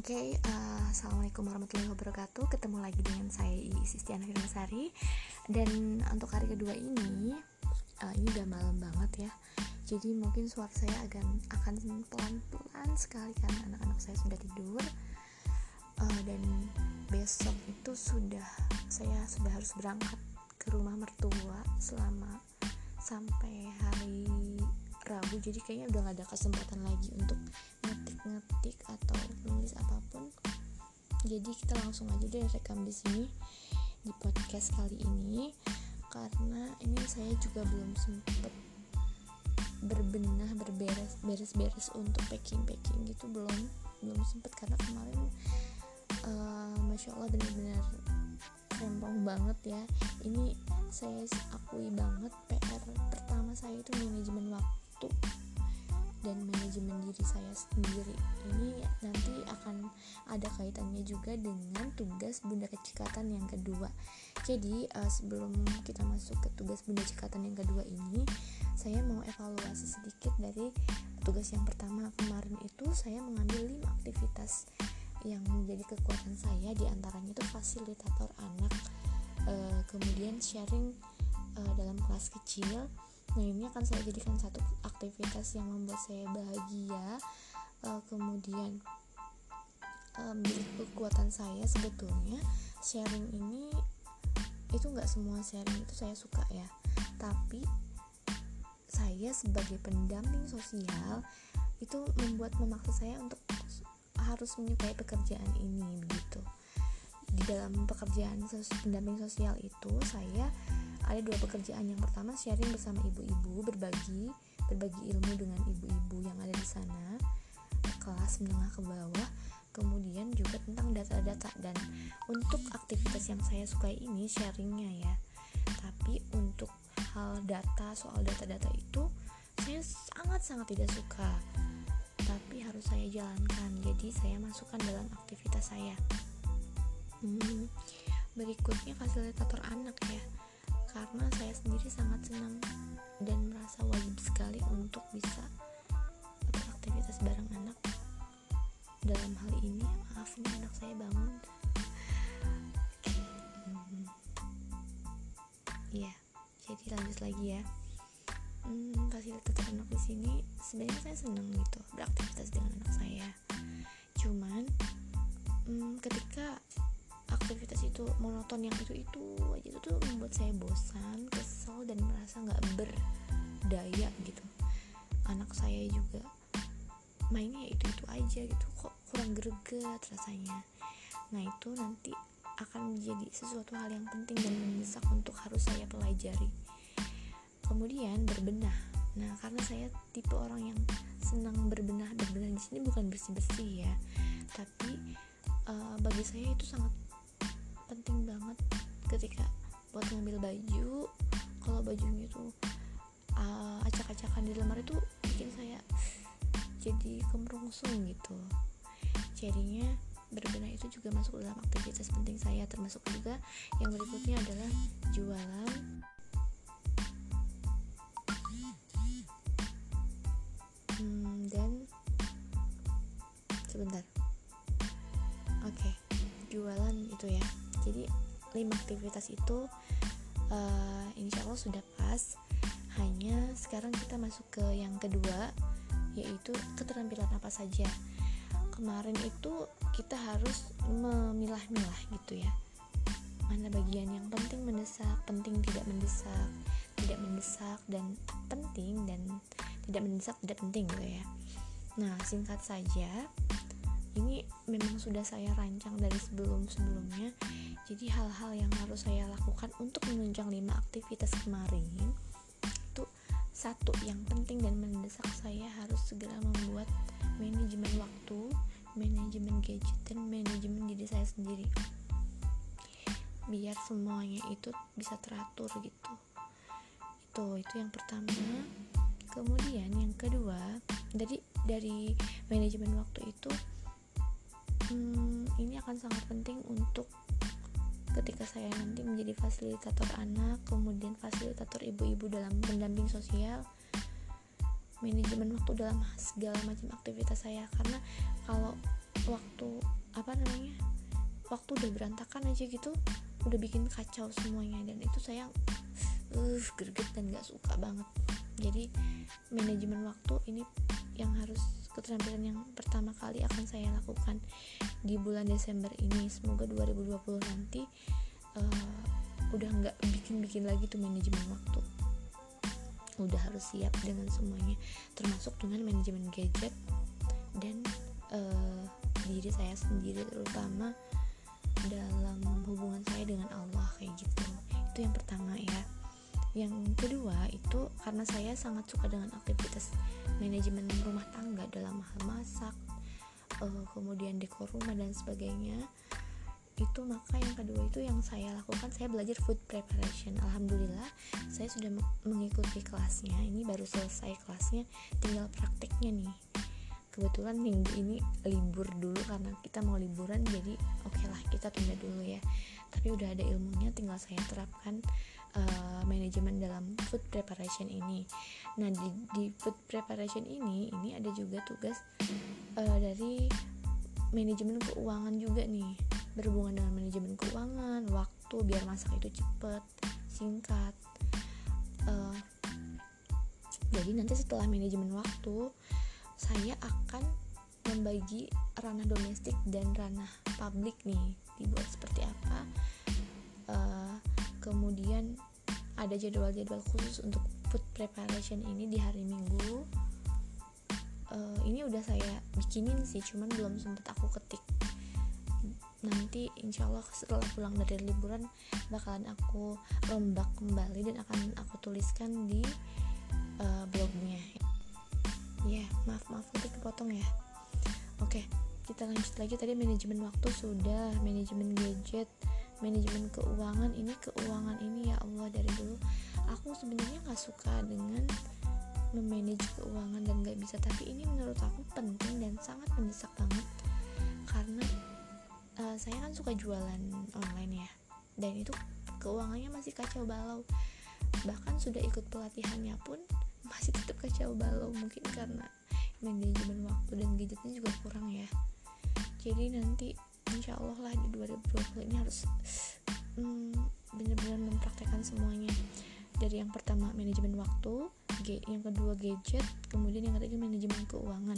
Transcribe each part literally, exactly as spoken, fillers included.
Oke, okay, uh, assalamualaikum warahmatullahi wabarakatuh. Ketemu lagi dengan saya Iis Istiana Firmasari. Dan untuk hari kedua ini, uh, ini udah malam banget ya. Jadi mungkin suara saya akan akan pelan-pelan sekali karena anak-anak saya sudah tidur. Uh, dan besok itu sudah saya sudah harus berangkat ke rumah mertua selama sampai hari Rabu. Jadi kayaknya udah gak ada kesempatan lagi untuk ngetik-ngetik atau nulis apapun. Jadi kita langsung aja deh rekam di sini di podcast kali ini, karena ini saya juga belum sempet berbenah berberes beres-beres untuk packing-packing gitu, belum belum sempet karena kemarin uh, masya Allah benar-benar rempong banget ya. Ini saya akui banget P R pertama saya itu manajemen waktu dan manajemen diri saya sendiri. Ini nanti akan ada kaitannya juga dengan tugas Bunda Kecikatan yang kedua. Jadi uh, sebelum kita masuk ke tugas Bunda Kecikatan yang kedua ini, saya mau evaluasi sedikit dari tugas yang pertama. Kemarin itu saya mengambil lima aktivitas yang menjadi kekuatan saya, di antaranya itu fasilitator anak, uh, kemudian sharing uh, dalam kelas kecil. Nah, ini akan saya jadikan satu aktivitas yang membuat saya bahagia, uh, kemudian uh, menjadi kekuatan saya. Sebetulnya sharing ini itu nggak semua sharing itu saya suka ya, tapi saya sebagai pendamping sosial itu membuat memaksa saya untuk harus menyukai pekerjaan ini begitu. Di dalam pekerjaan sos- pendamping sosial itu saya ada dua pekerjaan. Yang pertama sharing bersama ibu-ibu, berbagi berbagi ilmu dengan ibu-ibu yang ada di sana, kelas menengah ke bawah. Kemudian juga tentang data-data, dan untuk aktivitas yang saya sukai ini sharingnya ya. Tapi untuk hal data, soal data-data itu saya sangat-sangat tidak suka, tapi harus saya jalankan. Jadi saya masukkan dalam aktivitas saya. hmm, Berikutnya fasilitator anak ya, karena saya sendiri sangat senang dan merasa wajib sekali untuk bisa beraktivitas bareng anak. Dalam hal ini, maaf nih anak saya bangun. hmm. Ya, jadi lanjut lagi ya. Hmm, fasilitator anak di sini sebenarnya saya senang gitu beraktivitas dengan anak saya. Cuman hmm, ketika aktivitas itu monoton yang itu-itu aja, itu tuh membuat saya bosan, kesel, dan merasa nggak berdaya gitu. Anak saya juga mainnya ya itu-itu aja gitu, kok kurang greget rasanya. Nah, itu nanti akan menjadi sesuatu hal yang penting dan mendesak untuk harus saya pelajari. Kemudian berbenah. Nah, karena saya tipe orang yang senang berbenah. Berbenah di sini bukan bersih-bersih ya, tapi uh, bagi saya itu sangat penting banget ketika buat ngambil baju. Kalau bajunya itu uh, acak-acakan di lemari itu bikin saya jadi kemerungsung gitu. Jadinya berbenah itu juga masuk dalam aktivitas penting saya. Termasuk juga yang berikutnya adalah jualan. Hmm, dan sebentar. Oke, okay. Jualan itu ya. Jadi lima aktivitas itu uh, insya Allah sudah pas. Hanya sekarang kita masuk ke yang kedua, yaitu keterampilan apa saja. Kemarin itu kita harus memilah-milah gitu ya, mana bagian yang penting mendesak, penting tidak mendesak, tidak mendesak, dan penting dan tidak mendesak, tidak penting gitu ya. Nah, singkat saja, ini memang sudah saya rancang dari sebelum-sebelumnya. Jadi hal-hal yang harus saya lakukan untuk menunjang lima aktivitas kemarin itu, satu, yang penting dan mendesak, saya harus segera membuat manajemen waktu, manajemen gadget, dan manajemen diri saya sendiri, biar semuanya itu bisa teratur gitu. Itu itu yang pertama. Kemudian yang kedua, dari dari manajemen waktu itu, hmm, ini akan sangat penting untuk ketika saya nanti menjadi fasilitator anak, kemudian fasilitator ibu-ibu dalam pendamping sosial, manajemen waktu dalam segala macam aktivitas saya. Karena kalau waktu apa namanya waktu udah berantakan aja gitu, udah bikin kacau semuanya, dan itu saya uh greget dan gak suka banget. Jadi manajemen waktu ini yang harus keterampilan yang pertama kali akan saya lakukan di bulan Desember ini. Semoga dua ribu dua puluh nanti uh, udah gak bikin-bikin lagi tuh manajemen waktu, udah harus siap dengan semuanya, termasuk dengan manajemen gadget dan uh, diri saya sendiri, terutama dalam hubungan saya dengan Allah kayak gitu. Itu yang pertama ya. Yang kedua itu karena saya sangat suka dengan aktivitas manajemen rumah tangga dalam hal masak, uh, kemudian dekor rumah dan sebagainya. Itu maka yang kedua itu yang saya lakukan, saya belajar food preparation. Alhamdulillah saya sudah mengikuti kelasnya, ini baru selesai kelasnya, tinggal prakteknya nih. Kebetulan minggu ini libur dulu karena kita mau liburan, jadi oke okay lah kita tunda dulu ya. Tapi udah ada ilmunya, tinggal saya terapkan uh, manajemen dalam food preparation ini. Nah di, di food preparation ini, ini ada juga tugas uh, dari manajemen keuangan juga nih, berhubungan dengan manajemen keuangan, waktu biar masak itu cepet, singkat. Uh, jadi nanti setelah manajemen waktu, saya akan membagi ranah domestik dan ranah publik nih, dibuat seperti apa. Uh, kemudian ada jadwal-jadwal khusus untuk food preparation ini di hari Minggu. Uh, ini udah saya bikinin sih, cuman belum sempet aku ketik. Nanti insya Allah setelah pulang dari liburan bakalan aku rombak kembali dan akan aku tuliskan di uh, blognya. Ya, maaf maaf untuk dipotong ya. Oke, kita lanjut lagi. Tadi manajemen waktu sudah, manajemen gadget, manajemen keuangan. Ini keuangan ini ya Allah, dari dulu aku sebenarnya nggak suka dengan memanage keuangan dan nggak bisa. Tapi ini menurut aku penting dan sangat mendesak banget karena uh, saya kan suka jualan online ya, dan itu keuangannya masih kacau balau. Bahkan sudah ikut pelatihannya pun masih tetap kacau balau, mungkin karena manajemen waktu dan gadgetnya juga kurang ya. Jadi nanti insya Allah lah di dua ribu dua puluh ini harus hmm, benar-benar mempraktekkan semuanya. Dari yang pertama manajemen waktu, yang kedua gadget, kemudian yang ketiga manajemen keuangan.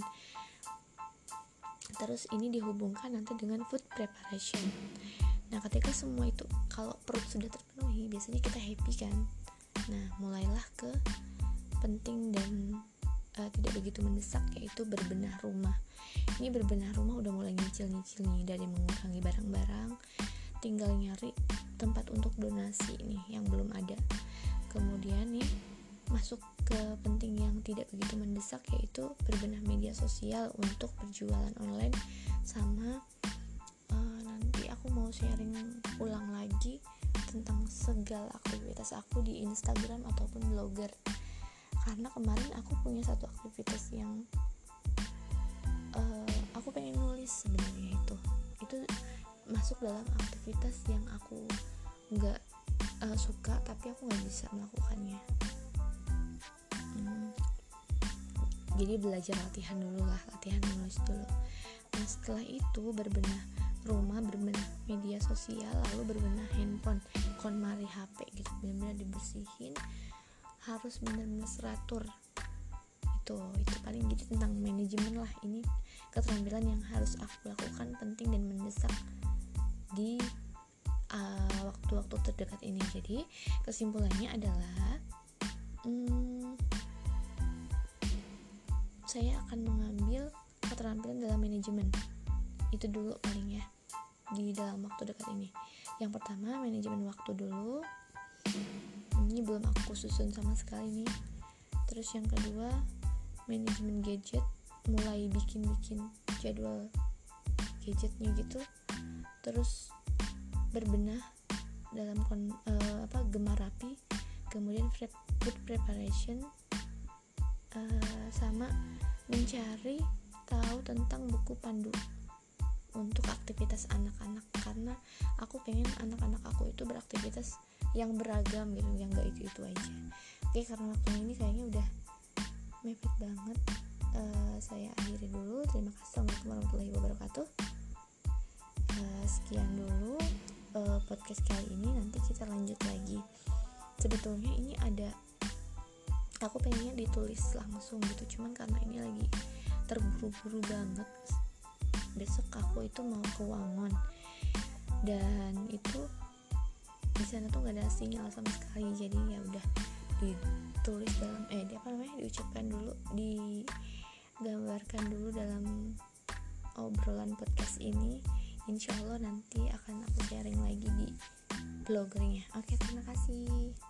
Terus ini dihubungkan nanti dengan food preparation. Nah ketika semua itu, kalau perut sudah terpenuhi, biasanya kita happy kan. Nah mulailah ke penting dan uh, tidak begitu mendesak, yaitu berbenah rumah. Ini berbenah rumah udah mulai nyicil-nyicil nih, dari mengurangi barang-barang, tinggal nyari tempat untuk donasi nih yang belum ada. Kemudian nih masuk ke penting yang tidak begitu mendesak, yaitu berbenah media sosial untuk berjualan online. Sama uh, nanti aku mau sharing ulang lagi tentang segala aktivitas aku di Instagram ataupun blogger. Karena kemarin aku punya satu aktivitas yang uh, aku pengen nulis sebenarnya, itu itu masuk dalam aktivitas yang aku nggak uh, suka, tapi aku nggak bisa melakukannya. Hmm, jadi belajar latihan dulu lah, latihan nulis dulu. Nah setelah itu berbenah rumah, berbenah media sosial, lalu berbenah handphone, KonMari H P gitu, benar-benar dibersihin, harus benar-benar teratur. Itu itu paling gitu tentang manajemen lah. Ini keterampilan yang harus aku lakukan, penting dan mendesak di uh, waktu-waktu terdekat ini. Jadi kesimpulannya adalah hmm, saya akan mengambil keterampilan dalam manajemen. Itu dulu paling ya di dalam waktu dekat ini. Yang pertama manajemen waktu dulu, ini belum aku susun sama sekali nih. Terus yang kedua manajemen gadget, mulai bikin-bikin jadwal gadgetnya gitu. Terus berbenah dalam kon, uh, apa gemar rapi. Kemudian food preparation, uh, sama mencari tahu tentang buku pandu untuk aktivitas anak-anak, karena aku pengen anak-anak aku itu beraktivitas yang beragam gitu, yang gak itu-itu aja. Oke, karena waktu ini kayaknya udah mepet banget, uh, saya akhiri dulu. Terima kasih. Assalamualaikum warahmatullahi wabarakatuh. Uh, sekian dulu uh, podcast kali ini. Nanti kita lanjut lagi. Sebetulnya ini ada, aku pengennya ditulis langsung gitu, cuman karena ini lagi terburu-buru banget. Besok aku itu mau ke Wangon dan itu di sana tuh gak ada sinyal sama sekali, jadi ya udah ditulis dalam eh apa namanya diucapkan dulu, digambarkan dulu dalam obrolan podcast ini. Insya Allah nanti akan aku sharing lagi di bloggernya. Oke, terima kasih.